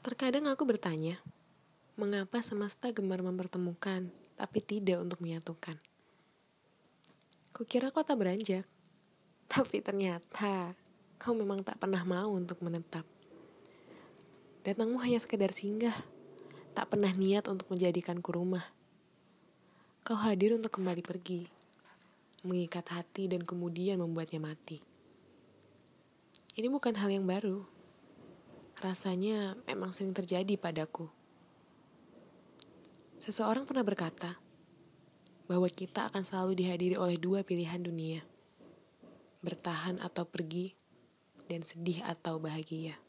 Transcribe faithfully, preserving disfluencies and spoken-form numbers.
Terkadang aku bertanya, mengapa semesta gemar mempertemukan, tapi tidak untuk menyatukan? Kukira kau tak beranjak, tapi ternyata kau memang tak pernah mau untuk menetap. Datangmu hanya sekedar singgah, tak pernah niat untuk menjadikanku rumah. Kau hadir untuk kembali pergi, mengikat hati dan kemudian membuatnya mati. Ini bukan hal yang baru. Rasanya memang sering terjadi padaku. Seseorang pernah berkata bahwa kita akan selalu dihadiri oleh dua pilihan dunia. Bertahan atau pergi, dan sedih atau bahagia.